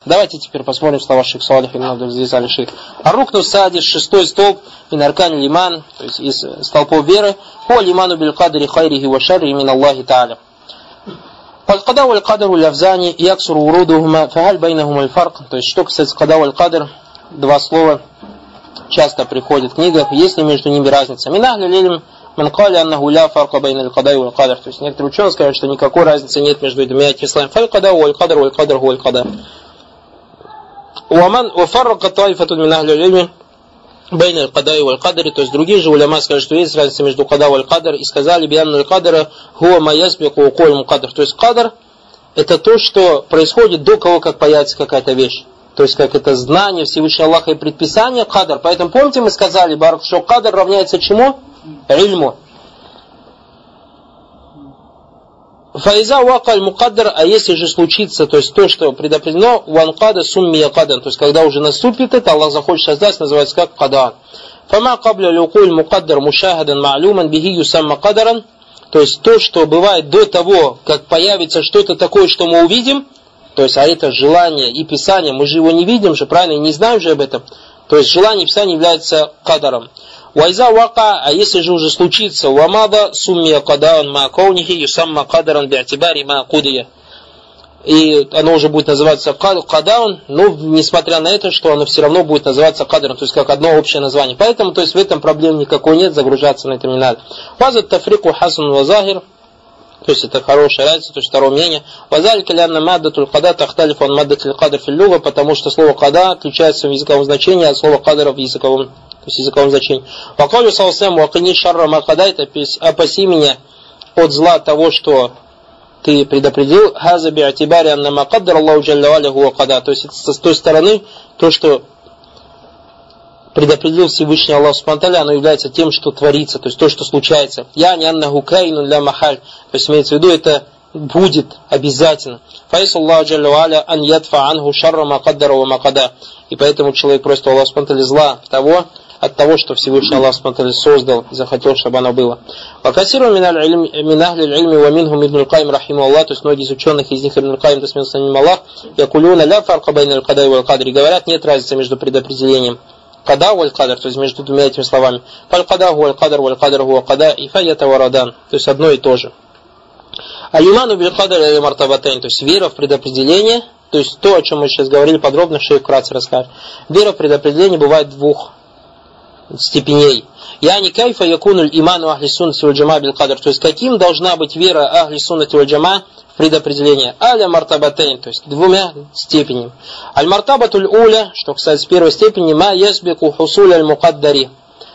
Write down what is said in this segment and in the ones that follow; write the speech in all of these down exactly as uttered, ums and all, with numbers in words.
Давайте теперь посмотрим слова шейх Салих ибн Абдул-Азиз аль-Шейх. Ар-Рукну садис, шестой столб, мин аркани лиман, то есть из столпов веры, хуа лиману бил кадри хайрихи ва шарри мин Аллахи та'аля. Фаль-када валь-кадру лявзани, яксуру урудухума, фагаль байнахума аль-фарк. То есть, что касается када валь-кадр, два слова часто приходят в книгах, есть ли между ними разница. Мин ахли лилм ман кали аннаху ля фарка байна аль-када валь-кадр. То есть, некоторые ученые скажут, что никакой разницы нет между двумя этими словами. Фаль-када валь-кадр, валь-кадр валь-када. Уаман уфаррака таифатун мин ахли лилм байна аль-када валь-кадр. То есть, другие же уляма скажут, что есть разница между када валь-кадр, и сказали бианну аль-кадра хуа ма ясбику уколь мукадр. То есть, кадр это то, что происходит до того, как появится какая-то вещь. То есть, как это знание Всевышнего Аллаха и предписание, кадр. Поэтому, помните, мы сказали, барак, что кадр равняется чему? Ильму. Фаиза вакаль мукадр, а если же случится, то есть то, что предопределено, ванкада суммия кадан, то есть когда уже наступит это, Аллах захочет создать, называется как кадан. Фама кабля люкуль мукадр мушахадан ма'люман бихи юсамма кадаран, то есть то, что бывает до того, как появится что-то такое, что мы увидим, то есть, а это желание и писание, мы же его не видим же, правильно, и не знаем же об этом. То есть, желание и писание является кадаром. Вайза вака, а если же уже случится, вамада суммия кадаан ма каунихи юсамма кадаран би'атибари ма кудия. И оно уже будет называться кадаан, но несмотря на это, что оно все равно будет называться кадаром, то есть, как одно общее название. Поэтому, то есть, в этом проблем никакой нет, загружаться на это не надо. Вазат тафрику хасан вазахир. То есть это хорошая разница, то есть второе мнение. Вазалика лянна маддатуль када тахталифу ан маддатуль кадр фил луга, потому что слово када отличается в языковом значении от слова кадра в языковом, то есть языковом значении. Вакалю салсам вакини шарра макада, это опаси меня от зла того, что ты предопределил. Хаза би'атибари анна макаддар Аллаху джалля валя хуа када. То есть это с той стороны то, что предопределил Всевышний Аллах Субхану ва Тааля, оно является тем, что творится, то есть то, что случается. Я не аннаху кайну ля махаль, то есть имеется в виду, это будет обязательно. Файсу Аллаху джалля ва аля ан ядфа анху шарра ма каддара ва ма када. И поэтому человек просит Аллаха Субхану ва Тааля зла того, от того, что Всевышний Аллах Субхану ва Тааля создал и захотел, чтобы оно было. Вакасиру мин ахли аль-ильми ва минхум ибн аль-Каим рахиму Аллах, то есть многие из ученых, из них ибн аль-Каим, то есть милостивый с ним Аллах, якулюна ля фарка байна аль-када ва аль-кадри, говорят, нет разницы между предопределением када валь-кадр, то есть между двумя этими словами. Фаль-када валь-кадр, валь-кадр валь-када, и фаята варадан, то есть одно и то же. Алиману биль-кадр или мартабатайн, то есть вера в предопределение, то есть то, о чем мы сейчас говорили подробно, шейх вкратце расскажет. Вера в предопределение бывает двух степеней. Яни кайфа якунуль иману ахли суннати валь джама биль-кадр, то есть каким должна быть вера ахли суннати валь джама предопределение. Аля мартабатайн, то есть двумя степенями. Аль-мартабатуль уля, что, кстати, с первой степени, ма ясбику хусуль аль-мукаддари.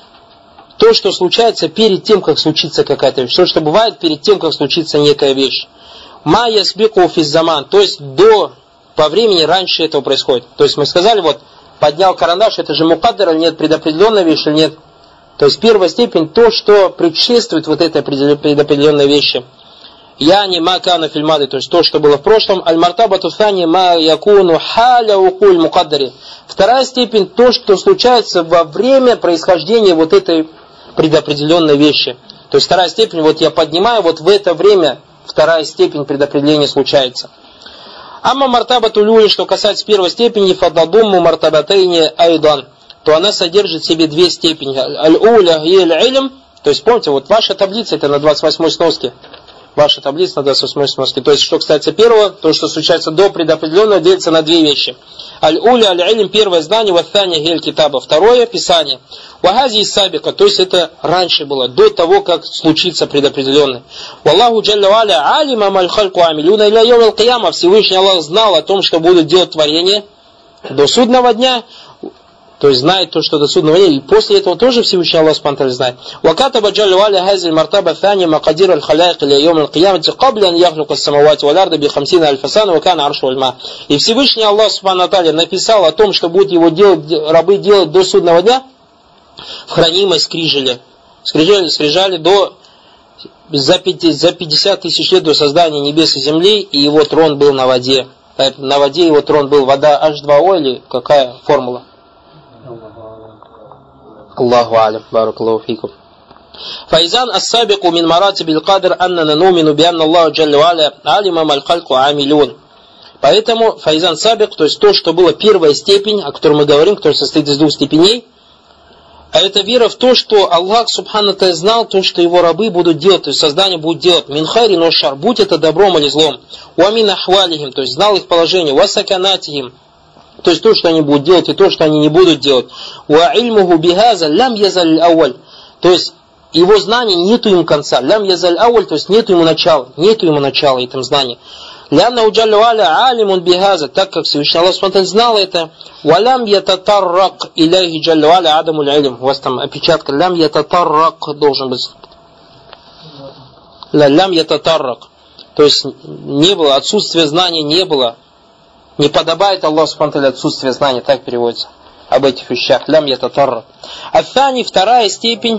То, что случается перед тем, как случится какая-то вещь. То, что бывает перед тем, как случится некая вещь. Ма ясбику физзаман, то есть до, по времени раньше этого происходит. То есть мы сказали, вот, поднял карандаш, это же мукаддар или нет, предопределенная вещь или нет. То есть первая степень, то, что предшествует вот этой предопределенной вещи. Я не макана фильмады, то есть то, что было в прошлом. Аль-мартабату фани ма якуну халя укуль мукаддари. Вторая степень, то, что случается во время происхождения вот этой предопределенной вещи. То есть вторая степень, вот я поднимаю, вот в это время вторая степень предопределения случается. Амма мартабату люли, что касается первой степени, фададумму мартабатайни айдан, то она содержит в себе две степени. Аль-уля и аль-илм, то есть помните, вот ваша таблица, это на двадцать восьмой сноске. Ваша таблица на двадцать восьмой сноске. То есть, что касается первого, то, что случается до предопределенного, делится на две вещи. Аль-уля, аль-илм, первое знание, ваthаня, гель китаба, второе писание. Вагази и сабика, то есть это раньше было, до того, как случится предопределенное. Валлаху джалля валя алима маль хальку амилюна иля йом аль-кияма. Всевышний Аллах знал о том, что будут делать творение до судного дня. То есть знает то, что до судного дня. И после этого тоже Всевышний Аллах Субхану ва Тааля знает. Вакатаба джалля валя хазиль мартаба thani макадир аль-халяйк иля йом аль-киямати кабля ан яхлука ас-самавати валь арда би хамсина аль-фасана ва кана аршу аль-ма. И Всевышний Аллах Субхану ва Тааля написал о том, что будут его делать, рабы делать до судного дня в хранимой скрижали. Скрижали, скрижали до, за пятьдесят тысяч лет до создания небес и земли, и его трон был на воде. На воде его трон был вода эйч два о или какая формула? Аллаху алям, баракаллаху фикум. Файзан ас-сабику мин маратибил кадр аннана нумину би анна Аллаху джалля ва аля алима маль хальку амилюн. Поэтому файзан сабик, то есть то, что было первая степень, о которой мы говорим, которая состоит из двух степеней, а это вера в то, что Аллах субхану та знал то, что его рабы будут делать, то есть создание будет делать. Мин хайри но шар, будь это добром или злом. Ва мин ахвалихим, то есть знал их положение. Ва саканатихим, то есть то, что они будут делать, и то, что они не будут делать. Ва ильмуху бихаза лям язаль ауаль, то есть его знание нету ему конца. Лям язаль ауаль, то есть нету ему начала, нету ему начала этим знанием. Лянна уджаллю аля алимун бихаза, так как Всевышний Аллах субхану знал это. Валям ятатаррак иляхи джаллю аля адамуль илм. У вас там опечатка. Лям ятатаррак должен быть. Лям ятатаррак. То есть не было, отсутствие знания не было. Не подобает Аллаху субхану отсутствие знания, так переводится об этих вещах. Лям ятатаррак. Афани, вторая степень.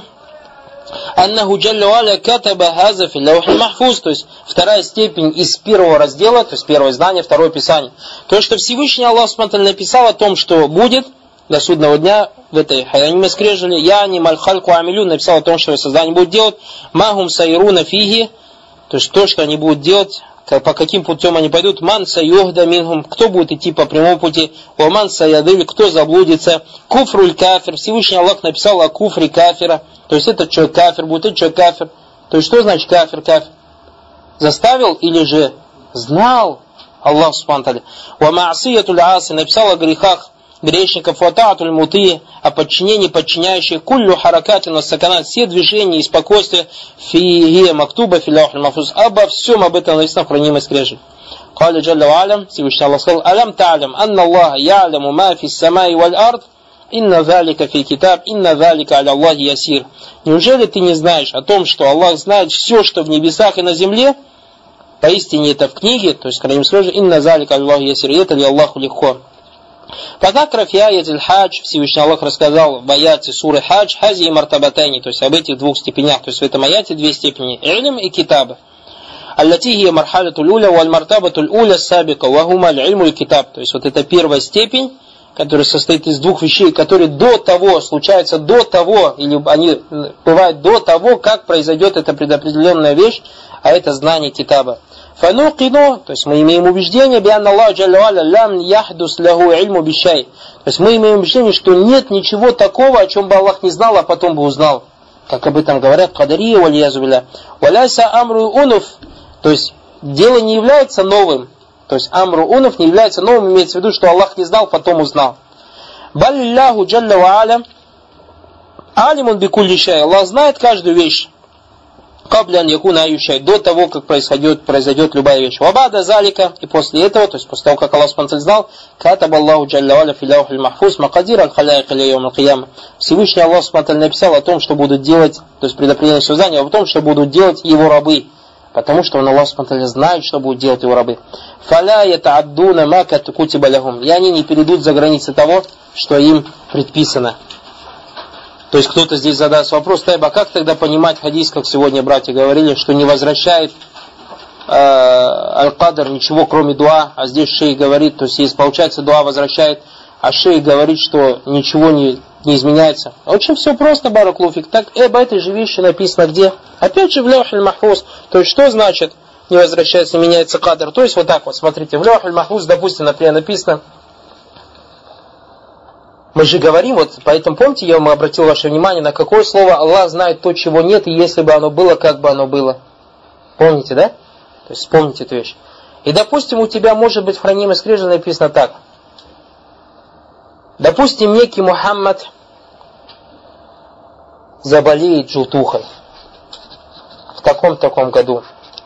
Аннаху джаллю аля катаба хаза фи лаухи махфуз, то есть вторая степень из первого раздела, то есть первое знание, второе писание. То, что Всевышний Аллах субхану написал о том, что будет до судного дня в этой хайяниме скрежели, я не мальхальку амилю, написал о том, что создание будет делать, махум сайруна фиги, то есть то, что они будут делать, по каким путем они пойдут, ман сайюхда минхум, кто будет идти по прямому пути, о ман саядыль, кто заблудится, куфруль кафир, Всевышний Аллах написал о куфре кафира, то есть этот человек кафир будет, этот человек кафир. То есть что значит кафир, кафир? Заставил или же знал Аллах субхану тааля. Ва маасиятуль аси, написал о грехах грешников, ва таатуль мути, о подчинении подчиняющих, куллю харакатин ва саканат, все движения и спокойствие, фигия мактуба фи лаухи махфуз, обо всем об этом написано в хранимой скрежи. Кали джалля ва алям, Всевышний Аллах сказал, алям та'алям, анна Аллаха я'аляму ма фи самай валь ард, инна залика фи китаб, инна залика аля Аллахи ясир. Неужели ты не знаешь о том, что Аллах знает все, что в небесах и на земле? Поистине это в книге, то есть, когда им скажут, инна залика аля Аллахи ясир, и это ли Аллаху легко. Пока фи аятиль хадж, Всевышний Аллах рассказал в аяте суры хадж, хази и мартабатайни, то есть об этих двух степенях, то есть в этом аяте две степени, илм и китаба. Аллати хия мархалятуль уля, валь мартабатуль уля сабика, вахума аль-илму и китаб. То есть вот это первая степень, который состоит из двух вещей, которые до того, случаются до того, или они бывают до того, как произойдет эта предопределенная вещь, а это знание китаба. Фануқину, то есть мы имеем убеждение, бианна Аллах джалля аля лям яхдус лаху ильму бишай. То есть мы имеем убеждение, что нет ничего такого, о чем бы Аллах не знал, а потом бы узнал. Как об этом говорят кадария валиязу билля. Валяйса амру унуф, то есть дело не является новым. То есть амру унуф не является новым, имеется в виду, что Аллах не знал, потом узнал. Баллиллаху джалля ва аля алимун бикулли шай. Аллах знает каждую вещь. Каблян якуна аюшай, до того, как произойдет, произойдет любая вещь. Вабада залика, и после этого, то есть после того, как Аллах субхану знал, катаба Аллаху джалля ва аля фи лаухиль махфуз макадир аль-халяйк иля йоум аль-кияма. Всевышний Аллах субхану написал о том, что будут делать, то есть предопределенное создание, а о том, что будут делать его рабы. Потому что он, Аллах субхану знает, что будут делать его рабы. Фаля ятааддуна ма кутиба лахум. И они не перейдут за границы того, что им предписано. То есть кто-то здесь задаст вопрос, Тайба, как тогда понимать хадис, как сегодня братья говорили, что не возвращает э, аль-кадр ничего, кроме дуа, а здесь шейх говорит, то есть если получается дуа возвращает, а шейх говорит, что ничего не, не изменяется. Очень все просто, бараклуфик. Так об этой же вещи написано где? Опять же в лаухиль махфуз. То есть что значит не возвращается, не меняется кадр? То есть вот так вот, смотрите, в лаухиль махфуз, допустим, например, написано. Мы же говорим, вот поэтому помните, я вам обратил ваше внимание, на какое слово Аллах знает то, чего нет, и если бы оно было, как бы оно было. Помните, да? То есть вспомните эту вещь. И допустим, у тебя может быть в хранимой скрижи написано так. Допустим, некий Мухаммад заболеет желтухой в таком-таком году.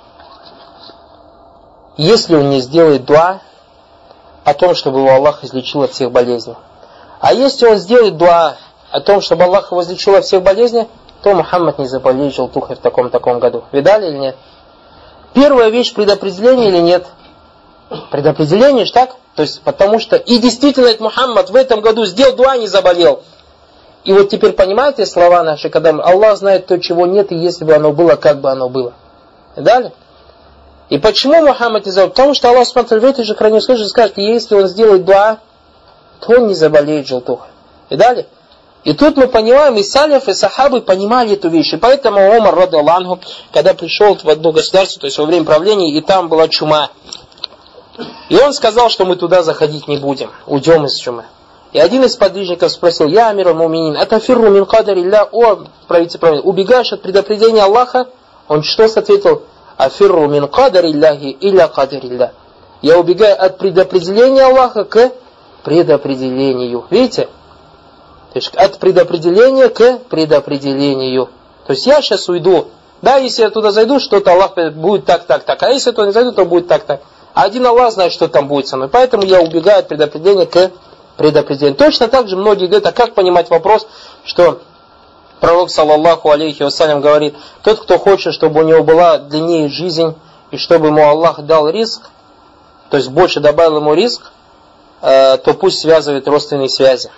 Если он не сделает дуа о том, чтобы его Аллах излечил от всех болезней. А если он сделает дуа о том, чтобы Аллах его излечил от всех болезней, то Мухаммад не заболеет желтухой в таком-таком году. Видали или нет? Первая вещь предопределение или нет? Предопределение ж так? То есть, потому что и действительно этот Мухаммад в этом году сделал дуа, не заболел. И вот теперь понимаете слова наши, когда Аллах знает то, чего нет, и если бы оно было, как бы оно было. Видали? И почему Мухаммад не заболел? Потому что Аллах смотрит в этой же хранимой скрижи скажет, если он сделает дуа, то он не заболеет желтухой. Видали? И тут мы понимаем, и салиф, и сахабы понимали эту вещь. И поэтому Умар, радиаллаху анху, когда пришел в одно государство, то есть во время правления, и там была чума. И он сказал, что мы туда заходить не будем, уйдем из чумы. И один из подвижников спросил: «Я амир аль-муминин, атафирру мин кадарилля, о правитель правитель, убегаешь от предопределения Аллаха?» Он что ответил? «Афирру мин кадарилляхи илля кадарилля». Я убегаю от предопределения Аллаха к предопределению. Видите? То есть от предопределения к предопределению. То есть я сейчас уйду. Да, если я туда зайду, что-то Аллах будет так, так, так. А если я туда не зайду, то будет так, так. А один Аллах знает, что там будет со мной. Поэтому я убегаю от предопределения к предопределению. Точно так же многие говорят: а как понимать вопрос, что пророк, саллаллаху алейхи вассалям, говорит: тот, кто хочет, чтобы у него была длиннее жизнь, и чтобы ему Аллах дал риск, то есть больше добавил ему риск, э, то пусть связывает родственные связи.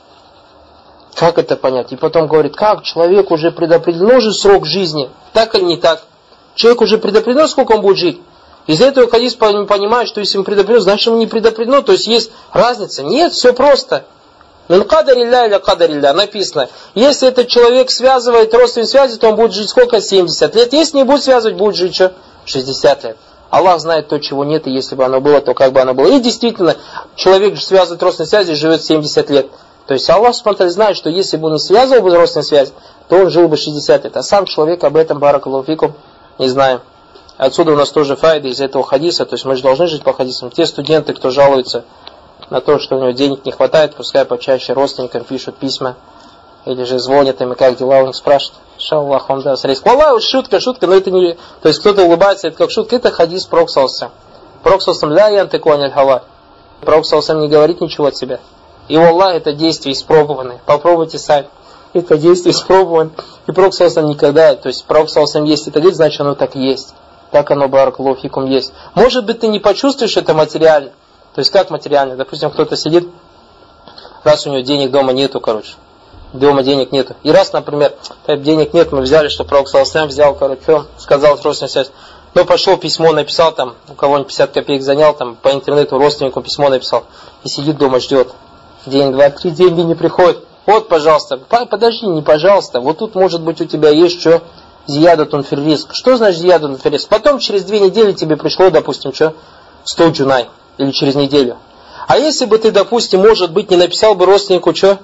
Как это понять? И потом говорит: как человек уже предопределен же срок жизни, так или не так? Человек уже предопределен, сколько он будет жить. Из-за этого хадис понимает, что если ему предопределено, значит ему не предопределено, то есть есть разница. Нет, все просто. Мин кадарилля или кадарилля написано: если этот человек связывает родственные связи, то он будет жить сколько? семьдесят лет. Если не будет связывать, будет жить что? шестьдесят лет. Аллах знает то, чего нет, и если бы оно было, то как бы оно было. И действительно, человек связывает родственные связи и живет семьдесят лет. То есть Аллах смотрит, знает, что если бы он не связывал бы родственные связи, то он жил бы шестьдесят лет. А сам человек об этом, баракаллаху фикум, не знаем. Отсюда у нас тоже файда из этого хадиса. То есть мы же должны жить по хадисам. Те студенты, кто жалуется на то, что у него денег не хватает, пускай почаще родственникам пишут письма, или же звонят им, и как дела у них спрашивают. Иншаллах, он даст риск. Аллах, шутка, шутка, но это не... То есть кто-то улыбается, это как шутка, это хадис Пророк саллаллаху. Пророк саллаллаху ля янтику аниль хава. Пророк саллаллаху не говорит ничего от себя. И Аллах, это действия испробованные. Попробуйте сами. Это действие испробовано. И Пророк саллаллаху никогда, то есть Пророк саллаллаху есть это говорит, значит оно так и есть. Так оно, баракаллаху фикум, есть. Может быть, ты не почувствуешь это материально. То есть как материально? Допустим, кто-то сидит, раз у него денег дома нету, короче. Дома денег нету. И раз, например, денег нет, мы взяли, что Пророк саллаллаху взял, короче, сказал родственную связь. Ну, пошел письмо, написал там, у кого-нибудь пятьдесят копеек занял, там, по интернету родственнику письмо написал. И сидит дома, ждет. День, два, три, деньги не приходят. Вот, пожалуйста, подожди, не пожалуйста. Вот тут, может быть, у тебя есть что? Зиядатун фир риск. Что значит зиядатун фир риск? Потом через две недели тебе пришло, допустим, что? сто джунай. Или через неделю. А если бы ты, допустим, может быть, не написал бы родственнику что?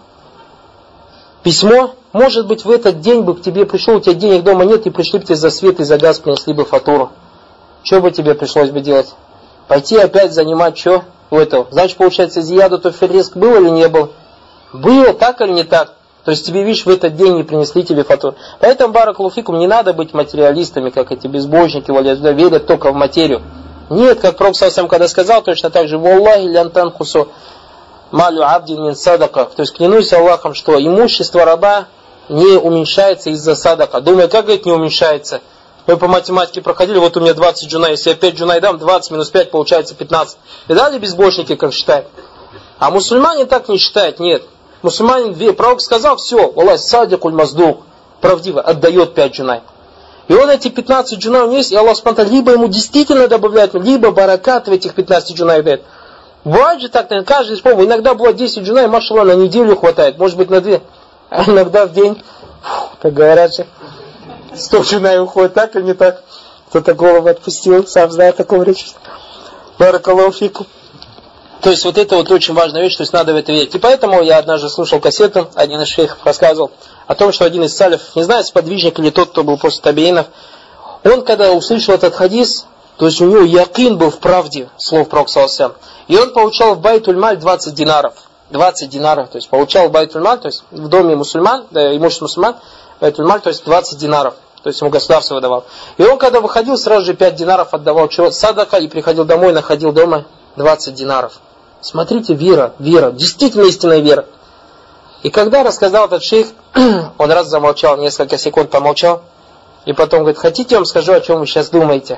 Письмо, может быть, в этот день бы к тебе пришло, у тебя денег дома нет, и пришли бы тебе за свет и за газ, принесли бы фатуру. Что бы тебе пришлось бы делать? Пойти опять занимать что? У этого. Значит, получается, зиядатун фир риск был или не был? Было, так или не так? То есть тебе, видишь, в этот день не принесли тебе фатуру. Поэтому, баракаллаху фикум, не надо быть материалистами, как эти безбожники, верят только в материю. Нет, как Пророк саллаллаху когда сказал, точно так же: «Валлахи лянтан хусу малю абдин мин садака». То есть клянусь Аллахом, что имущество раба не уменьшается из-за садака. Думаю, как это не уменьшается? Мы по математике проходили, вот у меня двадцать джунай, если я пять джунай дам, двадцать минус пять получается пятнадцать. Видали безбожники, как считают? А мусульмане так не считают, нет. Мусульманин, пророк сказал, все, Аллах садикуль маздук, правдиво, отдает пять джунай. И он эти пятнадцать джунай у него есть, и Аллах спонтанно либо ему действительно добавляет, либо баракат в этих пятнадцати джунай дает. Бывает же так, наверное, каждый исполнил. Иногда было десять джунай, машаллах, на неделю хватает, может быть на две. А иногда в день, как говорят же, сто джунай уходит, так или не так? Кто-то голову отпустил, сам знает о таком речи. Баракаллаху фикум. То есть вот это вот очень важная вещь, то есть надо в это верить. И поэтому я однажды слушал кассету, один из шейхов рассказывал о том, что один из салиф, не знаю, сподвижник или тот, кто был после табиинов, он когда услышал этот хадис, то есть у него якин был в правде слов Пророка саллаллаху. И он получал в Байтуль-Маль двадцать динаров. двадцать динаров, то есть получал в Байтуль-Маль, то есть в доме мусульман, да, имущество мусульман, Байтуль-Маль, то есть двадцать динаров. То есть ему государство выдавало. И он когда выходил, сразу же пять динаров отдавал садака и приходил домой, находил дома двадцать динаров. Смотрите, вера, вера, действительно истинная вера. И когда рассказал этот шейх, он раз замолчал, несколько секунд помолчал, и потом говорит: хотите, я вам скажу, о чем вы сейчас думаете?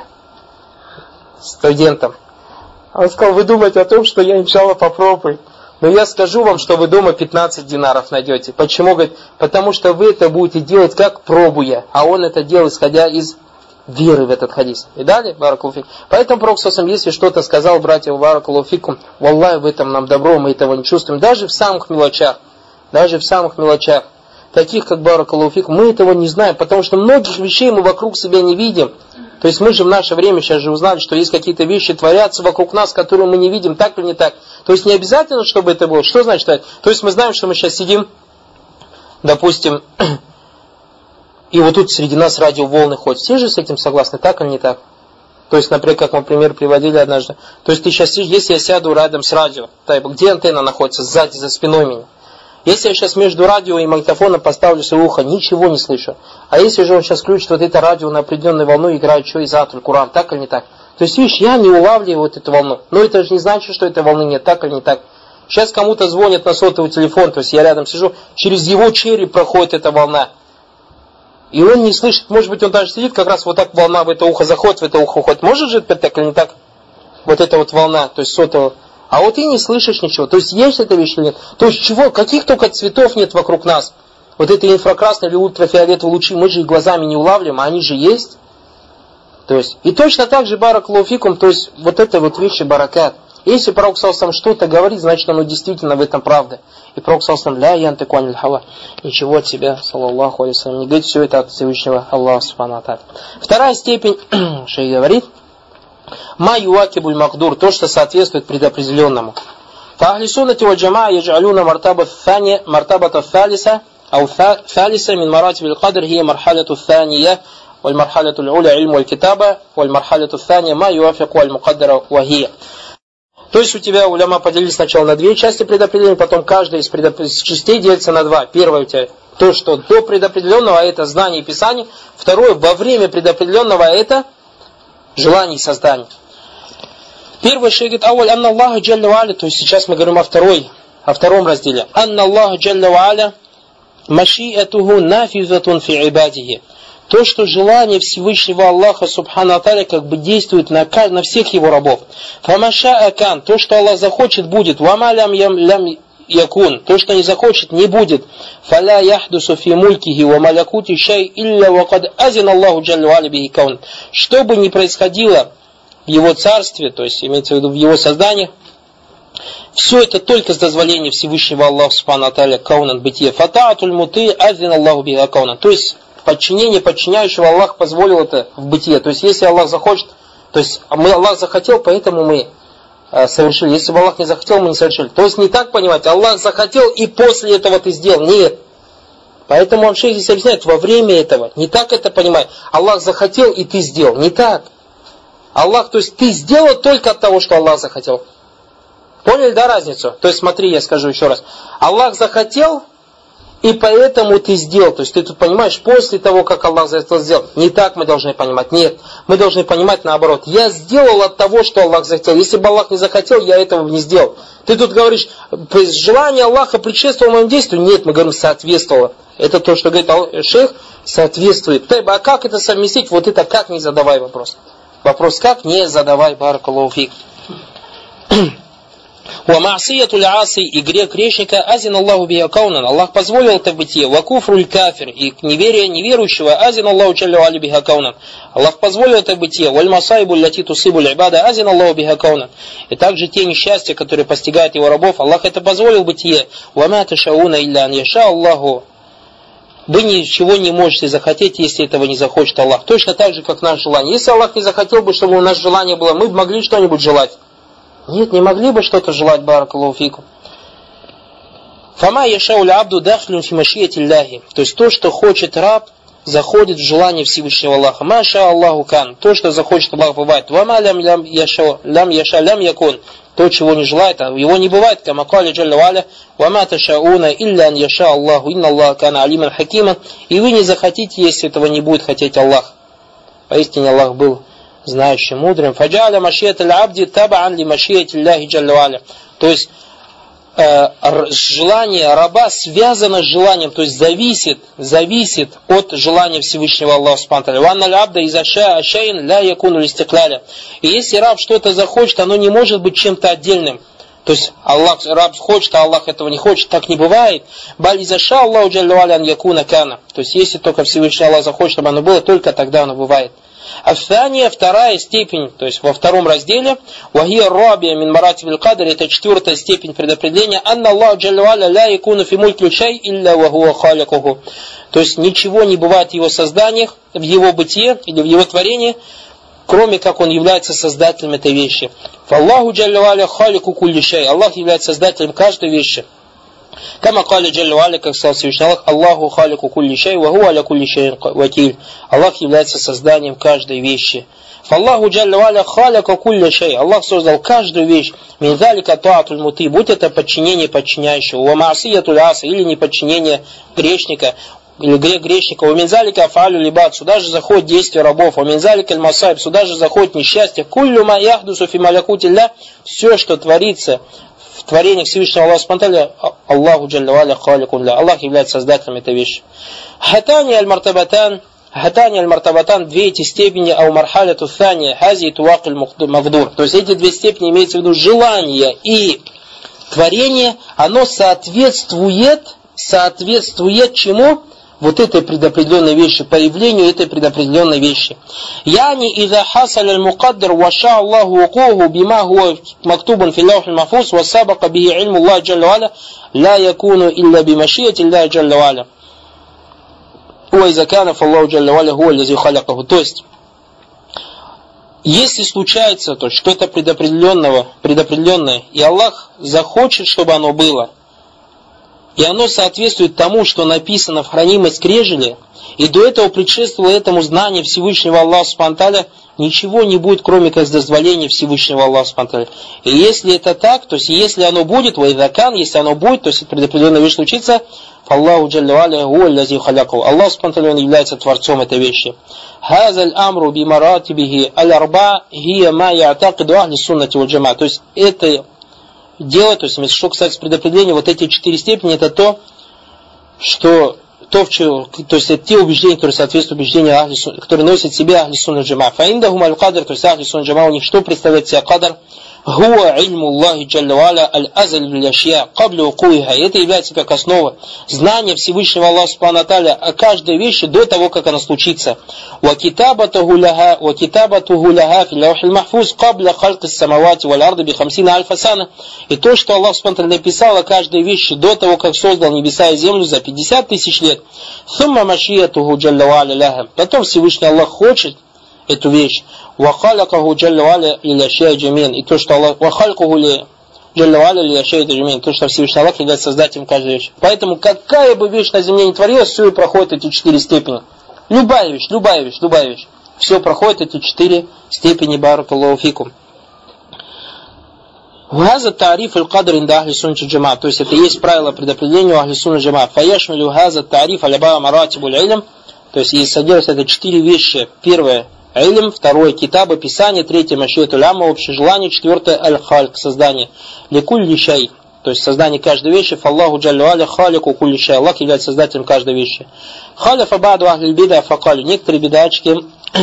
Студентам. Он сказал: вы думаете о том, что я, иншаллах, попробую. Но я скажу вам, что вы дома пятнадцать динаров найдете. Почему? Говорит, потому что вы это будете делать как пробуя, а он это делал, исходя из веры в этот хадис. И далее, баракаллаху фикум. Поэтому Пророк саллаллаху алейхи ва саллям, если что-то сказал, братья, баракаллаху фикум, валлахи, в этом нам добро, мы этого не чувствуем. Даже в самых мелочах, даже в самых мелочах, таких как баракаллаху фикум, мы этого не знаем, потому что многих вещей мы вокруг себя не видим. То есть мы же в наше время сейчас же узнали, что есть какие-то вещи творятся вокруг нас, которые мы не видим, так или не так. То есть не обязательно, чтобы это было. Что значит так? То есть мы знаем, что мы сейчас сидим, допустим, и вот тут среди нас радиоволны ходят. Все же с этим согласны, так или не так? То есть, например, как мы пример приводили однажды. То есть ты сейчас сидишь, если я сяду рядом с радио, где антенна находится? Сзади, за спиной меня. Если я сейчас между радио и магнитофоном поставлю свое ухо, ничего не слышу. А если же он сейчас включит вот это радио на определенную волну, играет что из Атуль Куран, так или не так? То есть, видишь, я не улавливаю вот эту волну. Но это же не значит, что этой волны нет, так или не так. Сейчас кому-то звонят на сотовый телефон, то есть я рядом сижу, через его череп проходит эта волна. И он не слышит, может быть, он даже сидит, как раз вот так волна в это ухо заходит, в это ухо уходит. Может же это так или не так? Вот эта вот волна, то есть сотового. А вот ты не слышишь ничего. То есть есть эта вещь или нет? То есть чего? Каких только цветов нет вокруг нас. Вот это инфракрасные или ультрафиолетовые лучи, мы же их глазами не улавливаем, а они же есть. То есть, и точно так же баракаллаху фикум, то есть вот это вот вещи баракат. Если пророк саллаллаху что-то говорит, значит оно действительно в этом правда. И пророк саллаллаху ля янтику аниль хава, ничего от себя, саллаллаху алейхи вассалям, не говорит, все это от Всевышнего Аллаха субхану ва тааля. Вторая степень, шейх говорит, ма юакибуль магдур, то, что соответствует предопределенному. Фахли суннати валь джамаа яджалюна мартабат фани, мартабата фалиса, ау фалиса мин маратибиль кадр, хия мархаляту фания, валь мархаляту уля ильму аль китаба, валь мархаляту фания, ма юафику аль мукаддара вахия. То есть у тебя уляма поделились сначала на две части предопределения, потом каждая из, предоп... из частей делится на два. Первое у тебя то, что до предопределенного, это знание и писание. Второе, во время предопределенного, это желание и создание. Первый шейх говорит, аваль анна Аллаха джалля ва аля, то есть сейчас мы говорим о второй, о втором разделе. Анна Аллаха джалля ва аля машиатуху нафизатун фи ибадихи. То, что желание Всевышнего Аллаха субхану ва тааля как бы действует на, на всех его рабов. Фамаша акан, то, что Аллах захочет, будет. Вама лям лям якун, то, что не захочет, не будет. Фаля яхдусу фи мулькихи ва малякути шай илля вакад азин Аллаху джалля ва аля бихи каун. Что бы ни происходило в его царстве, то есть имеется в виду в его создании, все это только с дозволения Всевышнего Аллаха субхану ва тааля каунан бытие. Фатаатуль муты азин Аллаху бихи каунан. То есть подчинение подчиняющего Аллах позволил это в бытие. То есть, если Аллах захочет, то есть, мы Аллах захотел, поэтому мы э, совершили. Если бы Аллах не захотел, мы не совершили. То есть, не так понимать, Аллах захотел, и после этого ты сделал. Нет. Поэтому он шейх здесь объясняет, во время этого. Не так это понимать. Аллах захотел, и ты сделал. Не так. Аллах, то есть, ты сделал только от того, что Аллах захотел. Поняли, да, разницу? То есть, смотри, я скажу еще раз. Аллах захотел, и поэтому ты сделал. То есть ты тут понимаешь, после того, как Аллах за это сделал. Не так мы должны понимать. Нет. Мы должны понимать наоборот. Я сделал от того, что Аллах захотел. Если бы Аллах не захотел, я этого бы не сделал. Ты тут говоришь, желание Аллаха предшествовало моему действию. Нет, мы говорим, соответствовало. Это то, что говорит шейх, соответствует. А как это совместить? Вот это как, не задавай вопрос. Вопрос как, не задавай, баракаллаху фик. Ва маасиятуль аси, и грех грешника, азин Аллаху биха каунан, Аллах позволил это в бытие. Ва куфруль кафир, и неверие неверующего, азин Аллаху джалля ва аля биха каунан, Аллах позволил это в бытие. Валь масаибу ляти тусибуль ибада, азин Аллаху биха каунан. И также те несчастья, которые постигают его рабов, Аллах это позволил в бытие. Ва ма ташауна илля ан яша Аллаху. Вы ничего не можете захотеть, если этого не захочет Аллах. Точно так же, как наше желание. Если Аллах не захотел бы, чтобы у нас желание было, мы бы могли что-нибудь желать. Нет, не могли бы что-то желать, баракаллаху фикум. Фама яшауль абду дахлюн фи машиятилляхи. То есть то, что хочет раб, заходит в желание Всевышнего Аллаха. Маша Аллаху кан. То, что захочет Аллах, бывает. Вама лям лям яша лям яша лям якун. То, чего не желает, а его не бывает. Кама кали джалля ва аля. Вама ташауна илля ан яша Аллаху. Инна Аллаха кана алиман хакиман. И вы не захотите, если этого не будет хотеть Аллах. Поистине Аллах был знающим, мудрым. Фаджаля машият аль-абди табаан ли машият Аллахи джалля ва аля. То есть э, желание раба связано с желанием, то есть зависит, зависит от желания Всевышнего Аллаха субхану ва тааля. Ванна аль-абда иза шаа шайин ла якуну листиклаля. И если раб что-то захочет, оно не может быть чем-то отдельным. То есть Аллах, раб хочет, а Аллах этого не хочет, так не бывает. Баль иза шаа Аллаху джалля ва аля ан якуна кана. То есть если только Всевышний Аллах захочет, чтобы оно было, только тогда оно бывает. Афания, вторая степень, то есть во втором разделе, вахия рабия мин маратибиль кадр, это четвертая степень предопределения, анна Аллаху джалля ва аля ля якуну фи мульки шай илля ва хуа халикуху. То есть ничего не бывает в его созданиях, в его бытие или в его творении, кроме как он является создателем этой вещи. Фаллаху джалля ва аля халику кулли шей. Аллах является создателем каждой вещи. Кама кали джалля ва аля, как сказал Всевышний Аллах, Аллаху халику кулли шей, ва хуа аля кулли шей вакиль. Аллах является созданием каждой вещи. Фаллаху джалля ва аля халика кулли шей. Аллах создал каждую вещь. Мин залика таатуль мути. Будь это подчинение подчиняющего. Ва маасиятуль аса. Или неподчинение грешника. Или грех грешника. У минзалика афалю либат. Сюда же заходит действие рабов. У минзалика аль-масайб. Сюда же заходит несчастье. Куллю ма яхдусу фи малякутилля. Все, что творится в творениях Всевышнего Аллаха Субхану Аллаху джалля ва аля халикун ля. Аллах является создателем этой вещи. Хатани аль-мартабатан. Хатани аль-мартабатан. Две эти степени. Ау мархаля туфания. Хази туак аль-мавдур. То есть эти две степени имеется в виду желание и творение. Оно соответствует, соответствует чему? Вот этой предопределенной вещи, появлению этой предопределенной вещи. Яни иза хасаль аль-мукаддар ва ша Аллаху укуху бима хуа мактубан фи лаухи мафуз ва сабака бихи ильму Аллах джалля ва аля ла якуну илля бимашияти Аллах джалля ва аля. Уа иза кана фаллаху джалля ва аля хуа лази халякаху. То есть, если случается то, что это предопределенного, предопределенное, и Аллах захочет, чтобы оно было, и оно соответствует тому, что написано в хранимой скрежеле, и до этого предшествовало этому знание Всевышнего Аллаха Субхану ва Тааля, ничего не будет, кроме как дозволения Всевышнего Аллаха Субхану ва Тааля. И если это так, то есть если оно будет, вайдакан, если оно будет, то есть предопределенная вещь случится, Аллаху джалля ва аля хуа лази халякаху. Аллах Субхану ва Тааля, он является творцом этой вещи. Хазаль амру би маратибихи аль-арба хия ма я'такиду ахли суннати валь джамаа. То есть это дело, то есть, что касается предопределения, вот эти четыре степени, это то, что, то, в чем, то есть, это те убеждения, которые соответствуют убеждению ахли сунна, которые носят в себе ахли сунна джама. Фаиндахум аль-кадр, то есть, ахли сунна джама, у них что представляет себя кадр? Хуа ильму Аллахи джалля ва аля аль-азаль биль-ашья кабля укуиха. Это является как основа знания Всевышнего Аллаха Субхану ва Тааля о каждой вещи до того, как она случится. Ва китабатуху лаха ва китабатуху лаха фи лаухил махфуз кабля халькис самавати валь арды би хамсина альфа сана. И то, что Аллах Субхану ва Тааля написал о каждой вещи до того, как создал небеса и землю за пятьдесят тысяч лет. Сумма машиятуху джалля ва аля лаха. Потом Всевышний Аллах хочет эту вещь. Вахалякаху джалля ва аля лиляшья джамин. И то, что Аллах вахалькаху ли джалля ва аля лиляшья джамин. То, что Всевышний Аллах является создателем каждой вещи. Поэтому какая бы вещь на земле не творилась, все и проходит эти четыре степени. Любая вещь, любая вещь, любая вещь. Все проходит эти четыре степени. Баракаллаху фикум. Ваза тариф аль-кадр инда ахли суннати джама. То есть это есть правило предопределения у ахли сунна джама. Фаяшмилю ваза тариф аляба маратибуль илм. То есть и содержится это четыре вещи. Первое илм, второе китаба, писание, третье машиятуль амма, общее желание, четвертое аль-хальк, создание. Ликулли шай, то есть создание каждой вещи. Фаллаху джалля ва аля халику кулли шай. Аллах является создателем каждой вещи. Халяфа ба'ду ахли бида факали. Некоторые бидачки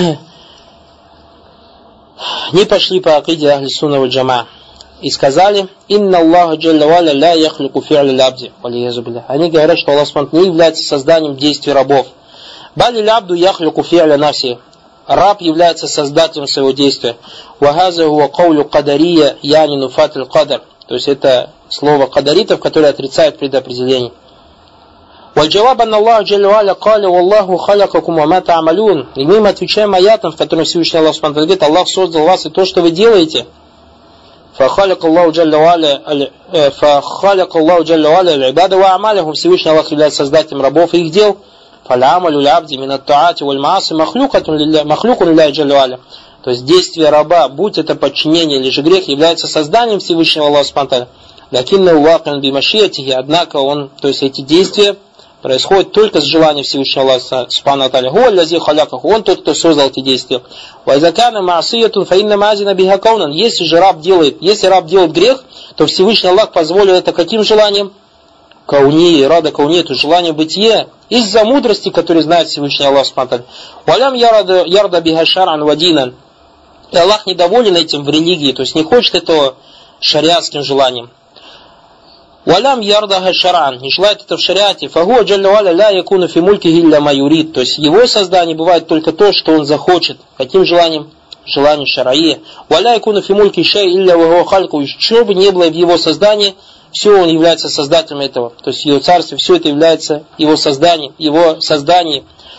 не пошли по акиде ахли сунна валь джама и сказали: инна Аллаха джалля ва аля ла яхлику фи'ля лабди. Они говорят, что Аллах не является созданием действий рабов. Бали лабду яхлику фи'ля наси. Раб является создателем своего действия. Вахаза хуа каулю кадария яни нуфат аль-кадар. То есть это слово кадаритов, которые отрицают предопределение. Вальджаваб анна Аллах джалля ва аля каля валлаху халякакум ва ма та'малун. И мы им отвечаем аятом, в котором Всевышний Аллах Субхану ва Тааля говорит: Аллах создал вас и то, что вы делаете. Фахаляк Аллаху джалля ва аля фахаляк Аллаху джалля ва аля аль-ибада ва амалихум. Всевышний Аллах является создателем рабов и их дел. Фалямалю лябди минат-таати валь-мааси махлюкатун лилляхи джалля ва аля. То есть действие раба, будь это подчинение или же грех, является созданием Всевышнего Аллаха Субхану ва Тааля. Лакинна вакан бимашиятихи, однако он, то есть эти действия происходят только с желанием Всевышнего Аллаха Субхану ва Тааля. Хуа лази халякаху, он тот, кто создал эти действия. Ва иза кана маасиятун фа инна маазина биха каунан. Если же раб делает, если раб делает грех, то Всевышний Аллах позволил это каким желанием? Кауни, рада кауни, это желание бытия, из-за мудрости, которую знает Всевышний Аллах Субхану ва Тааля. Валям ярда биха шар'ан ва динан. И Аллах недоволен этим в религии, то есть не хочет этого шариатским желанием. Валям ярдаха шар'ан, не желает это в шариате. Фахуа джалля ва аля ла якуну фи мулькихи илля ма юрид. То есть его создание бывает только то, что он захочет. Каким желанием? Желанием шараи. Валя якуну фи мульки шай илля ва хуа хальку. Что бы ни было в его создании, все он является создателем этого. То есть его царство, все это является его созданием, его созданием.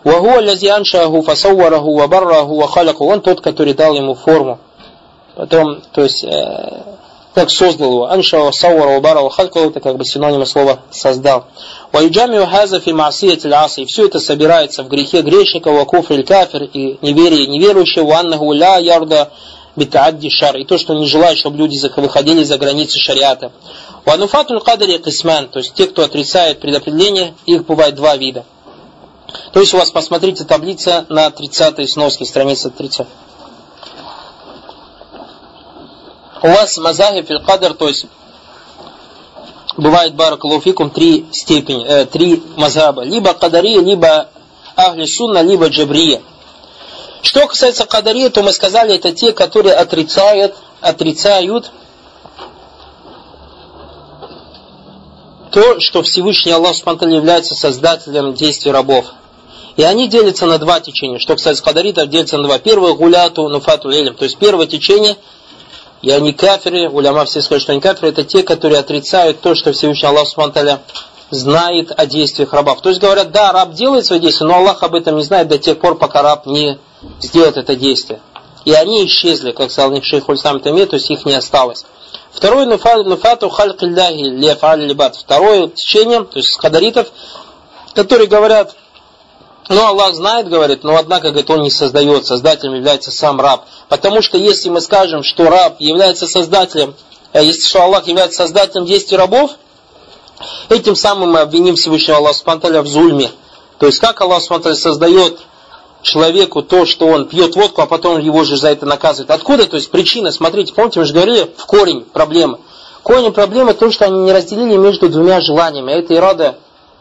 Вахуа лази аншаху фасауараху вабарраху вахаляку. Он тот, который дал ему форму. Потом, то есть, э, как создал его. Аншаху сауара вабарраху вахаляку. Это как бы синонимы слова создал. Вайджамиу хаза фи маасият аль-аси. И все это собирается в грехе грешника, ва куфри аль-кафир, и неверие неверующего, ва аннаху ла ярда битаадди шар. И то, что не желает, чтобы люди выходили за границы шариата. Ва нуфатуль кадари кисман. То есть, те, кто отрицает предопределение, их бывает два вида. То есть у вас, посмотрите, таблица на тридцатой сноске, страница тридцать. У вас мазахиб аль-кадар, то есть бывает баракалуфикум три степени, э, три мазхаба. Либо кадария, либо ахли сунна, либо джабрия. Что касается кадария, то мы сказали, это те, которые отрицают, отрицают то, что Всевышний Аллах Субхану ва Тааля является создателем действий рабов. И они делятся на два течения. Что касается кадаритов, делятся на два. Первое гуляту нуфату илм. То есть первое течение, и они кафиры, уляма все скажут, что они кафиры, это те, которые отрицают то, что Всевышний Аллах Субхану ва Тааля знает о действиях рабов. То есть говорят, да, раб делает свои действия, но Аллах об этом не знает до тех пор, пока раб не сделает это действие. И они исчезли, как сказал них шейх Уль-Ислам Тайми, то есть их не осталось. Второе нуфату халькилляхи лиафаль либат. Второе течение, то есть кадаритов, которые говорят, ну Аллах знает, говорит, но однако, говорит, он не создает, создателем является сам раб. Потому что если мы скажем, что раб является создателем, а если что Аллах является создателем действий рабов, этим самым мы обвиним Всевышнего Аллаха Субхану ва Тааля в зульме. То есть как Аллах Субхану ва Тааля создает человеку то, что он пьет водку, а потом его же за это наказывает. Откуда? То есть причина, смотрите, помните, мы же говорили, в корень проблемы. Корень проблемы то, что они не разделили между двумя желаниями. Это ирада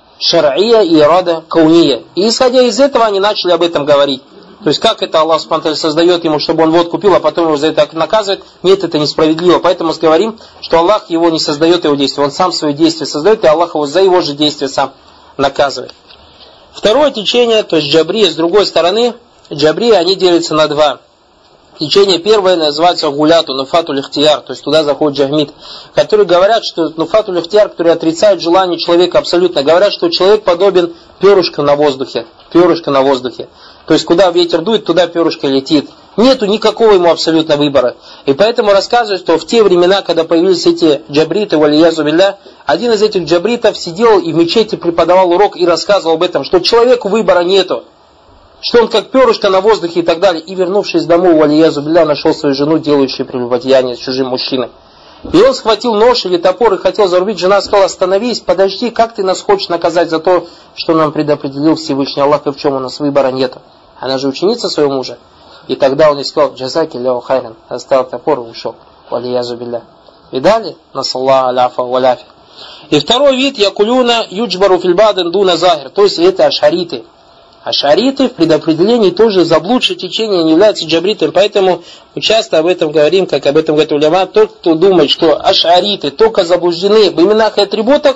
шар'ия и ирада кауния. И исходя из этого они начали об этом говорить. То есть как это Аллах Субхану ва Тааля создает ему, чтобы он водку пил, а потом его за это наказывает? Нет, это несправедливо. Поэтому мы говорим, что Аллах его не создает его действия. Он сам свои действия создает, и Аллах его за его же действия сам наказывает. Второе течение, то есть джабрия, с другой стороны, джабрия, они делятся на два. Течение первое называется гуляту, нуфатуль ихтияр, то есть туда заходит джахмид, которые говорят, что нуфатуль ихтияр, которые отрицают желание человека абсолютно, говорят, что человек подобен перышку на воздухе, перышко на воздухе. То есть куда ветер дует, туда перышко летит. Нету никакого ему абсолютно выбора. И поэтому рассказывают, что в те времена, когда появились эти джабриты, валиязу билля, один из этих джабритов сидел и в мечети преподавал урок и рассказывал об этом, что человеку выбора нету. Что он как перышко на воздухе и так далее. И вернувшись домой, валиязу билля, нашел свою жену, делающую прелюбодеяние с чужим мужчиной. И он схватил нож или топор и хотел зарубить. Жена сказала, остановись, подожди, как ты нас хочешь наказать за то, что нам предопределил Всевышний Аллах, и в чем у нас выбора нету. Она же ученица своего мужа. И тогда он ей сказал, джазаки ляу хайран, оставил топор и ушел. Валиязу билля. Видали? Насаллаху аляфа валяфи. И второй вид, якулюна юджбару фильбаден дуна захир. То есть это ашариты. Ашариты в предопределении тоже заблудшее течение, не являются джабритами. Поэтому мы часто об этом говорим, как об этом говорит уляма. Тот, кто думает, что ашариты только заблуждены в именах и атрибутах,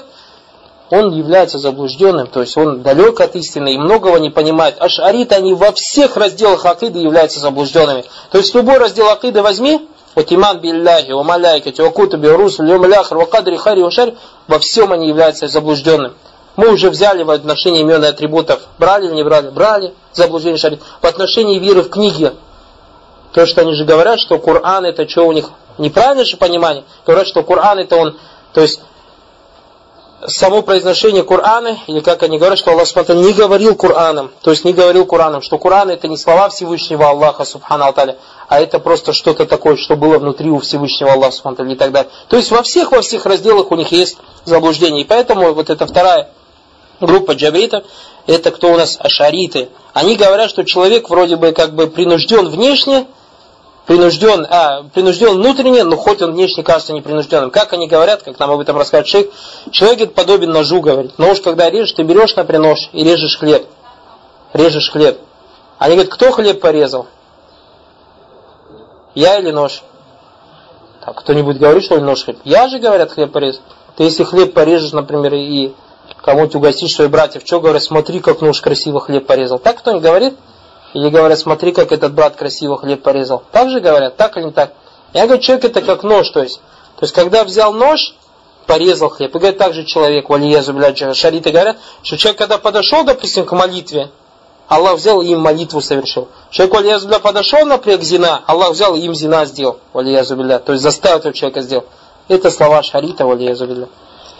он является заблужденным, то есть он далек от истины и многого не понимает. Ашариты, они во всех разделах акиды являются заблужденными. То есть любой раздел акиды возьми, вот иман билляхи, ва маляйкати, ва кутуби, ва русуль, ва маляхар, ва кадри, хари, ва шари, во всем они являются заблужденным. Мы уже взяли в отношении имен и атрибутов, брали или не брали? Брали, заблуждение шарит. В отношении веры в книги, то, что они же говорят, что Коран это что у них, неправильное же понимание, говорят, что Коран это он, то есть само произношение Корана, или как они говорят, что Аллах Субхану не говорил Кораном, то есть не говорил Кораном, что Коран это не слова Всевышнего Аллаха Субхану Тааля, а это просто что-то такое, что было внутри у Всевышнего Аллаха Субхану Тааля и так далее. То есть во всех, во всех разделах у них есть заблуждение. И поэтому вот эта вторая группа джабритов, это кто у нас ашариты. Они говорят, что человек вроде бы как бы принужден внешне, принужден, а, принужден внутренне, но хоть он внешне кажется непринужденным. Как они говорят, как нам об этом рассказывает шейх, человек говорит, подобен ножу, говорит. Нож, когда режешь, ты берешь, например, нож и режешь хлеб. Режешь хлеб. Они говорят, кто хлеб порезал? Я или нож? Так, кто-нибудь говорит, что ли нож хлеб? Я же, говорят, хлеб порезал. Ты если хлеб порежешь, например, и кому-нибудь угостишь своих братьев, что говорят, смотри, как нож красиво хлеб порезал. Так кто-нибудь говорит? Или говорят, смотри, как этот брат красиво хлеб порезал. Так же говорят, так или не так? Я говорю, человек это как нож, то есть. То есть, когда взял нож, порезал хлеб. И говорит, так же человек, валиязу билля, шариты говорят, что человек, когда подошел, допустим, к молитве, Аллах взял и им молитву совершил. Человек, валиязубилля, подошел, например, к зина, Аллах взял и им зина сделал, валиязубилля, то есть заставил этого человека сделать. Это слова шарита, валиязубилля.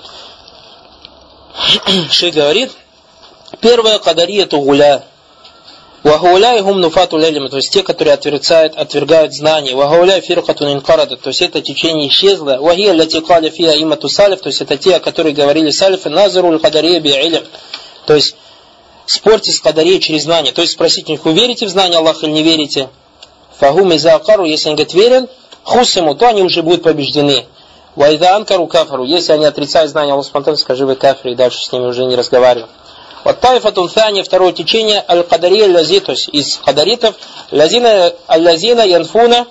Шейх говорит, первое, кадарияту гуля. Вагауляй гум нуфату лялима, то есть те, которые отвергают, отвергают знания. Вагауляй фиркатун инкарада, то есть это течение исчезло. Вагия ляти каля фия имату салиф, то есть это те, которые говорили салифы, назару кадария би'илм, то есть спорьте с кадарей через знание. То есть спросите у них, вы верите в знание Аллаха или не верите? Фагум иза акару, если они говорят верен, хусиму, то они уже будут побеждены. Вайда анкару кафару, если они отрицают знание Аллаха, спонтанно скажи вы кафиры, и дальше с ними уже не разговариваем. Вот тайфатун фани, второе течение, аль-кадария лязи, то есть из кадаритов, лязина, аль-лязина янфуна,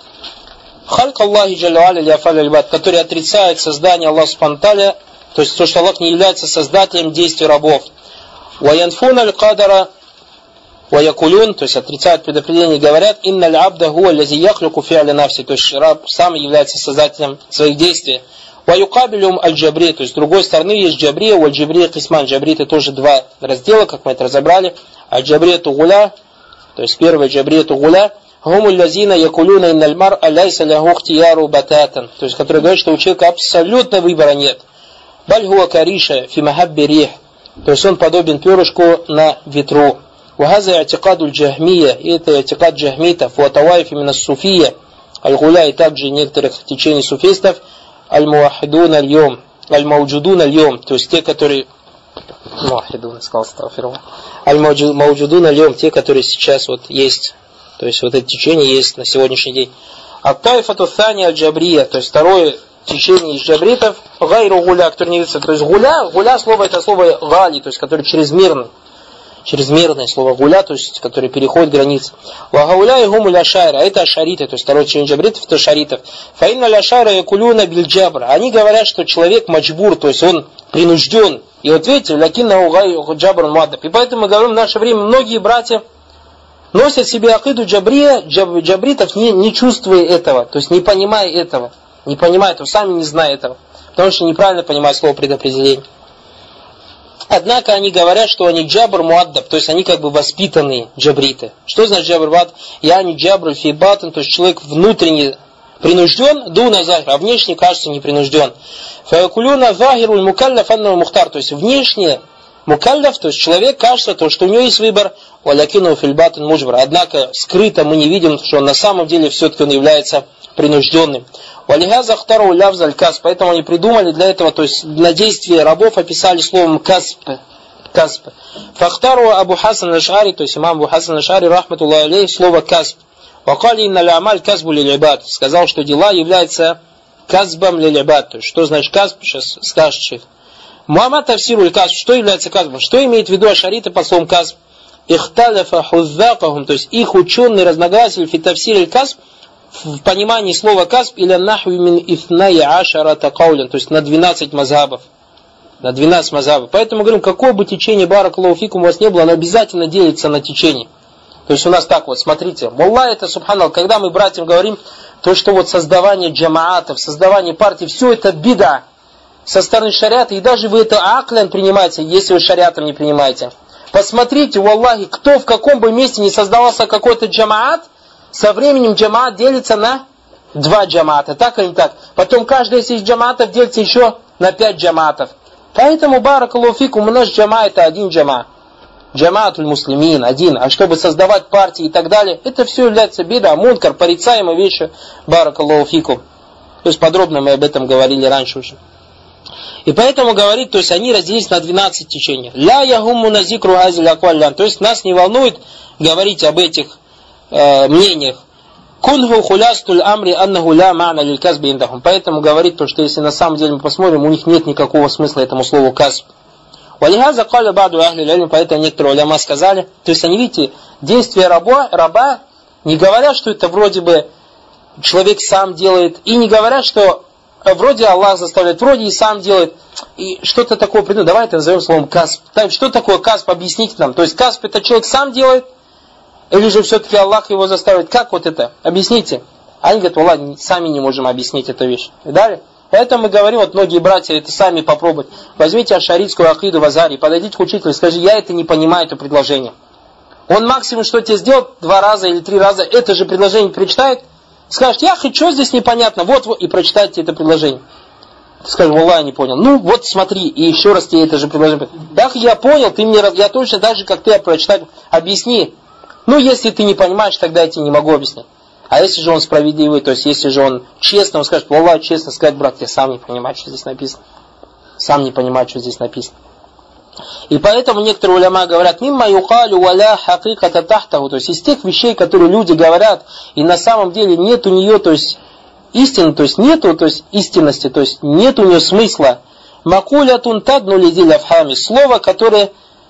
хальк Аллахи джалюаля ляфаля альбат, которые отрицают создание Аллаха спонтанно, то есть то, что Аллах не является создателем действий рабов. Ваянфун аль-кадара ваякулюн, то есть отрицают предопределение, говорят, инна аль-абда хуа лязи яхлюку фи'аля нафси, то есть раб сам является создателем своих действий. Ваюкабилюм аль-джабри, то есть с другой стороны есть джабрия, у аль-джабрия кисман, джабри это тоже два раздела, как мы это разобрали. Аль-джабрия тугуля, то есть первое джабрия тугуля, гуму лязина якулюна иннальмар аляйса ляху хтияру бататан, то есть который говорит, что у человека абсолютно выбора нет. Баль хуа кариша фи махабби рих, то есть он подобен перышку на ветру. Вахаза атикаду джахмия, и это атикад джахмитов, ватавайф именно суфия, аль-гуля и также некоторых течений суфистов, аль-муахидун аль-йом, аль-мауджудун аль-йом, то есть те, которые, муахидун, сказал Стафирова, аль-мауджудун аль-йом, те, которые сейчас вот есть, то есть вот это течение есть на сегодняшний день. Ат-тайфату thani аль-джабрия, то есть второе течение из джабритов, гайру гуля, который не видится, то есть гуля, гуля слово это слово гали, то есть который чрезмерный. Чрезмерное слово гуля, то есть, который переходит границы. Вагауля и гуму ляшайра, это ашариты, то есть второй член джабритов, это шаритов. Фаинна ляшайра якулюна бильджабра. Они говорят, что человек маджбур, то есть он принужден. И вот видите, лякинна угай джабран муаддаб. И поэтому мы говорим, в наше время многие братья носят себе акиду джабрия, джаб, джабритов, не, не чувствуя этого, то есть не понимая этого. Не понимая этого, сами не зная этого. Потому что неправильно понимают слово предопределение. Однако они говорят, что они джабр муаддаб, то есть они как бы воспитанные джабриты. Что значит джабр муаддаб? Я не джабр фибатан, то есть человек внутренне принужден, дуна захир, а внешне кажется не принужден. Фаякулюна захируль мукалляф аннау мухтар, то есть внешне мукалляф, то есть человек кажется, то, что у него есть выбор, валякину фильбатан муджбар. Однако скрыто мы не видим, что на самом деле все-таки он является принужденным. Валихаза хтару лявзаль касп, поэтому они придумали для этого, то есть на действие рабов описали словом касп. Касп. Фахтару Абу Хасан аль-Аш'ари, то есть имам Абу Хасан аль-Аш'ари, рахматуллахи алейхи, слово касп. Вакали инна лямаль касбу лилибад, сказал, что дела являются касбом лилибад. То есть что значит касб, сейчас скажешь шейх. Муаммад тавсируль касб, что является касбом? Что имеет в виду ашариты под словом касб? Ихталяфа хуззакахум, то есть их ученые разногласили фи тавсириль касб, в понимании слова касб или нахви мин ифная ашарата каулян, то есть на двенадцать мазхабов. На двенадцать мазхабов. Поэтому мы говорим, какое бы течение баракаллаху фикум у вас не было, оно обязательно делится на течение. То есть у нас так вот, смотрите, Аллах это, субханаллах, когда мы братьям говорим, то что вот создавание джамаатов, создавание партий, все это бида со стороны шариата, и даже вы это аклян принимаете, если вы шариатом не принимаете. Посмотрите, у Аллахи, кто в каком бы месте не создавался какой-то джамаат, со временем джамаат делится на два джамаата, так или не так. Потом каждый из этих джамаатов делится еще на пять джамаатов. Поэтому баракаллаху фикум, у нас джама это один джама. Джамаатуль муслимин, один. А чтобы создавать партии и так далее, это все является бида, мункар, порицаемые вещи, баракаллаху фикум. То есть подробно мы об этом говорили раньше уже. И поэтому говорит, то есть они разделились на двенадцать течений. Ля ягумму назикру азиль акваллян. То есть нас не волнует говорить об этих мнениях. Кунху хулястуль амри аннаху ля ма'на лиль казби индахум. Поэтому говорит то, что если на самом деле мы посмотрим, у них нет никакого смысла этому слову казб. Валихаза каля ба'ду ахли л'ильм, поэтому некоторые уляма сказали, то есть они, видите, действия раба, раба не говорят, что это вроде бы человек сам делает, и не говорят, что вроде Аллах заставляет, вроде и сам делает, и что-то такое придумать. Давай это назовем словом касб. Так, что такое касб? Объясните нам. То есть касб это человек сам делает, или же все-таки Аллах его заставит? Как вот это? Объясните. Они говорят, Аллах, сами не можем объяснить эту вещь. И далее. Поэтому мы говорим, вот многие братья, это сами попробуйте. Возьмите ашаритскую акиду в Азаре, подойдите к учителю и скажите, я это не понимаю, это предложение. Он максимум, что тебе сделает, два раза или три раза это же предложение перечитает, скажет, я хоть что здесь непонятно, вот, вот, и прочитает тебе это предложение. Ты скажешь, валлах, я не понял. Ну, вот смотри, и еще раз тебе это же предложение. Да, я понял, ты мне, я точно так же, как ты, прочитать, объясни. Ну, если ты не понимаешь, тогда я тебе не могу объяснить. А если же он справедливый, то есть если же он честно, он скажет, валлах, честно сказать, брат, я сам не понимаю, что здесь написано. Сам не понимаю, что здесь написано. И поэтому некоторые уляма говорят, мимма юкалю валя хакиката тахтаху, то есть из тех вещей, которые люди говорят, и на самом деле нет у нее, то есть истины, то есть нету, то есть истинности, то есть нет у нее смысла. Макулятун тадну лидиль афхами, слово, которое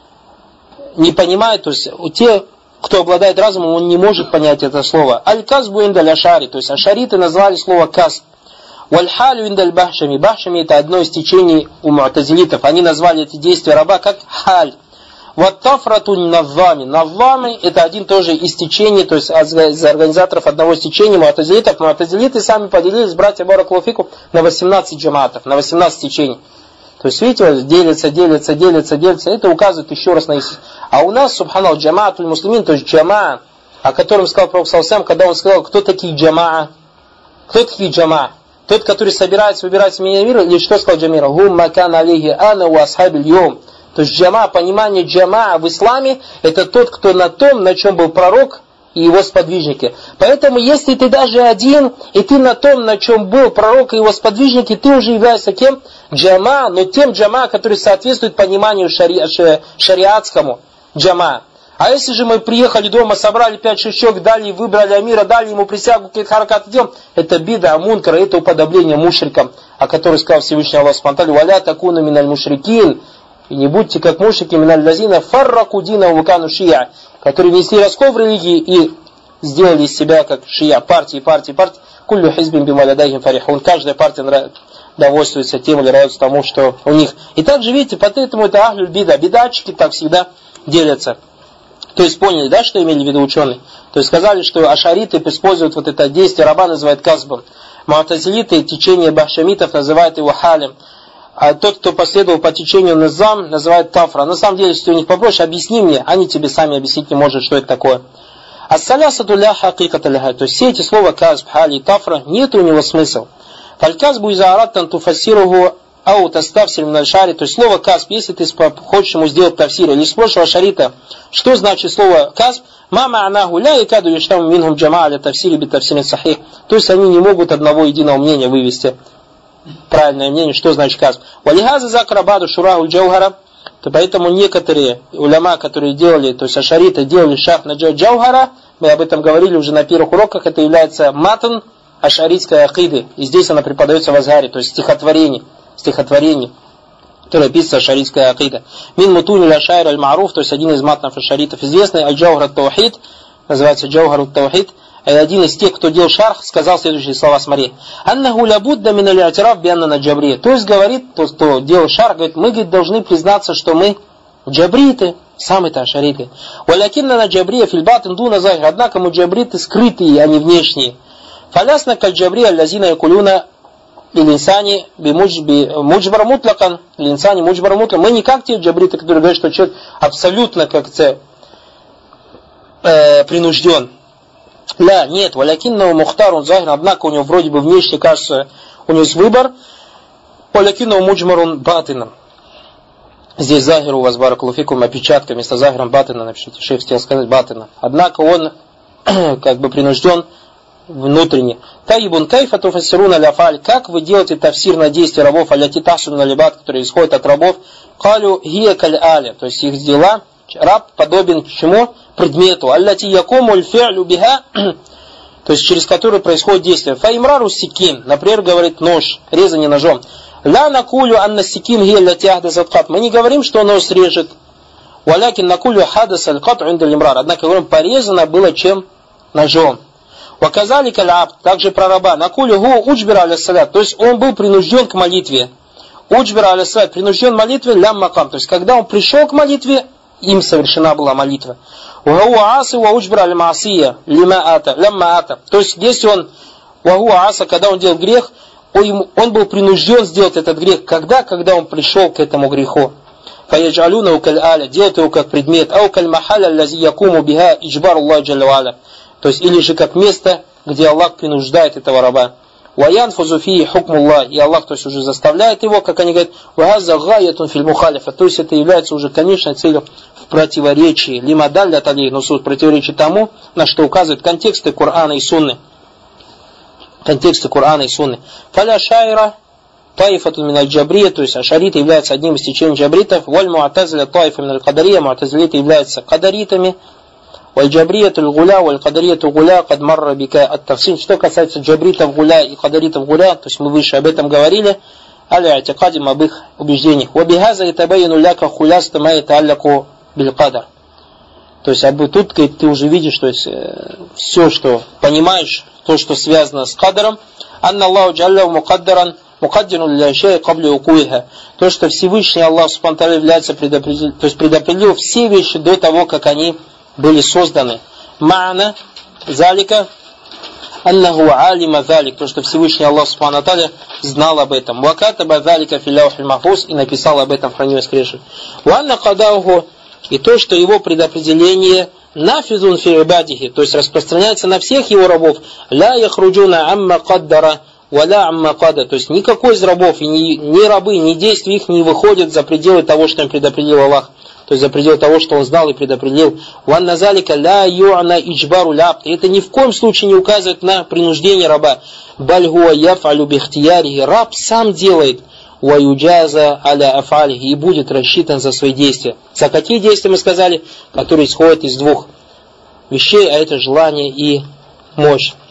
не понимает, то есть у тех, кто обладает разумом, он не может понять это слово. Аль-казбу индаль ашари, то есть ашариты назвали слово казб. Валь-халю индаль бахшами. Бахшами это одно из течений у му'тазилитов. Они назвали эти действия раба как халь. Ваттафратун наввами. Наввами это один тоже из течений, то есть из организаторов одного из течений му'тазилитов. Му'тазилиты сами поделились, братья баракаллаху, на восемнадцать джамаатов, на восемнадцать течений. То есть, видите, делится, делится, делится, делится. Это указывает еще раз на их. А у нас, субханаллах, джамаатуль муслимин, то есть джамаа, о котором сказал Пророк саллаллаху, когда он сказал, кто такие джамаа? Кто такие джамаа? Тот, который собирается выбирать меня мира, или что сказал Джамира? Гум макан алейхи ана ва асхабиль йом. То есть джама, понимание джама в исламе, это тот, кто на том, на чем был пророк и его сподвижники. Поэтому, если ты даже один, и ты на том, на чем был пророк и его сподвижники, ты уже являешься кем? Джама, но тем джама, который соответствует пониманию шари... шариатскому джама. А если же мы приехали дома, собрали пять-шесть человек, дали, выбрали амира, дали ему присягу, какие-то харакаты делаем, это бида, мункара, это уподобление мушрикам, о котором сказал Всевышний Аллах Субхану ва тааля, «Валя такуну миналь мушрикин». И не будьте как мушрики миналь лазина фарраку дина вакану шия, которые внесли раскол в религии и сделали из себя как шия, партии, партии, партии. Куллю хизбин бималядайхим фарихун. Каждая партия довольствуется тем или радуется тому, что у них. И также, видите, поэтому это ахлюль бида. Бидатчики так всегда делятся. То есть поняли, да, что имели в виду ученые? То есть сказали, что ашариты используют вот это действие, раба называют казбом. Му'тазилиты, течение бахшамитов называют его халем. А тот, кто последовал по течению назам, называют тафра. На самом деле, если у них попроще, объясни мне, они тебе сами объяснить не могут, что это такое. Ас-салясату ля хакиката ляха. То есть все эти слова казб, хали и тафра, нет у него смысла. Фаль-казбу иза араттан туфассируху ау таставсир миналь шари. То есть слово казб, если ты хочешь ему сделать тафсир, или спросишь ашарита, что значит слово казб, ма ма'наху ля якаду яштаму минхум джамаа ля тафсири би тафсирин сахих. То есть они не могут одного единого мнения вывести. Правильное мнение, что значит казб. Валихаза закрабаду шураху джаухара. Поэтому некоторые уляма, которые делали, то есть ашариты делали шарх на джаухара, мы об этом говорили уже на первых уроках, это является матн ашаритской акиды. И здесь она преподается в Азгаре, то есть стихотворение, стихотворение, которое пишется ашаритская акида. Мин мутуни ля-шайр аль-ма'руф, то есть один из матнов ашаритов известный, аль-джаухар ат-таухид, называется джаухар ат-таухид. И один из тех, кто делал шарх, сказал следующие слова, смотри. «Аннаху лябудда мин аль-атираф бианна джабри». То есть говорит, тот, кто делал шарх, говорит, мы говорит, должны признаться, что мы джабриты, сами-то ашариты. «Валякинна на джабрия фильбатин дуна захир». Однако мы джабриты скрытые, а не внешние. «Фалясна каль джабри аль-лазина якулюна билинсани муджбар мутлакан». Билинсани муджбар мутлакан. Мы не как те джабриты, которые говорят, что человек абсолютно как-то э, принужден. Ля, нет, валякиннау мухтар, он захир, однако у него вроде бы внешне кажется, у него есть выбор. Валякиннау муджмарун батином. Здесь захир у вас, баракалуфикум, опечатка, вместо захиром батина напишите. Шейх хотел сказать батина. Однако он как бы принужден внутренне. Таибун кайфа туфассируна ляфаль. Как вы делаете тафсир на действия рабов, аляти тахсуна либат, которые исходят от рабов? Калю хия каль аля. То есть их дела, раб подобен чему? Предмету. Аллати якому аль-фи'лю биха, то есть через который происходит действие. Фаимрару сикин, например, говорит нож, резание ножом. Ла накулю анна сикин хия аллати ахдасат кат. Мы не говорим, что нож режет. Валякин накулю хадас аль-кат инда аль-имрар. Однако говорим, порезано было чем? Ножом. Ваказали каляб, также про раба. Накулю гу уджбира аля-салят. То есть он был принужден к молитве. Уджбира аля-салят, принужден к молитве лям макам. То есть когда он пришел к молитве, им совершена была молитва. То есть, если он, когда он делал грех, он был принужден сделать этот грех. Когда? Когда он пришел к этому греху. фаяджалюнау каль аля, делают его как предмет, ау каль махаля лази якуму биха иджбар Аллах джалля ва'аля, то есть или же как место, где Аллах принуждает этого раба. Ваян фазуфии хукмуллах, и Аллах, то есть уже заставляет его, как они говорят, вагаза гаятун филь мухалифа, то есть это является уже конечной целью в противоречии, лима далля талей, но в противоречии тому, на что указывают контексты Корана и Сунны. Контексты Корана и Сунны. Фаля шайра таифатун миналь джабрия, то есть ашариты являются одним из течений джабритов, валь муатазиля таифа миналь кадария, муатазилиты являются кадаритами, валь джабриятуль гуля, валь кадарияту гуля, кад марра бика ат-тавсим. Что касается джабритов гуля и кадаритов гуля, то есть мы выше об этом говорили, аля атикадим об их убеждениях. Вабихаза итабайяну ляка хуляста майта алляку биль кадар. То есть об тут ты уже видишь, то есть все, что понимаешь, то, что связано с кадаром, анна Аллаху джаллаху мукаддаран мукаддину для шей кабли укуиха. То, что Всевышний Аллах субхану ва тааля является предопределил, то есть предопределил все вещи до того, как они были созданы. Ма'на залика аннаху алима залик, то, что Всевышний Аллах субхану ва тааля знал об этом. Вакатаба залика фил лаухил махфуз, и написал об этом в хранивой скрижи. Ва анна кадаху, и то, что его предопределение нафизун фи ибадихи, то есть распространяется на всех его рабов, ла яхруджуна амма каддара валя амма када, то есть никакой из рабов, и ни, ни рабы, ни действия их не выходят за пределы того, что им предопределил Аллах, то есть за пределы того, что он знал и предопределил. Ванна залика ла ю'на иджбару лябт, это ни в коем случае не указывает на принуждение раба. Бальгуа яф'алю бихтиярихи, раб сам делает, ваюджаза аля афалихи, и будет рассчитан за свои действия. За какие действия мы сказали? Которые исходят из двух вещей, а это желание и мощь.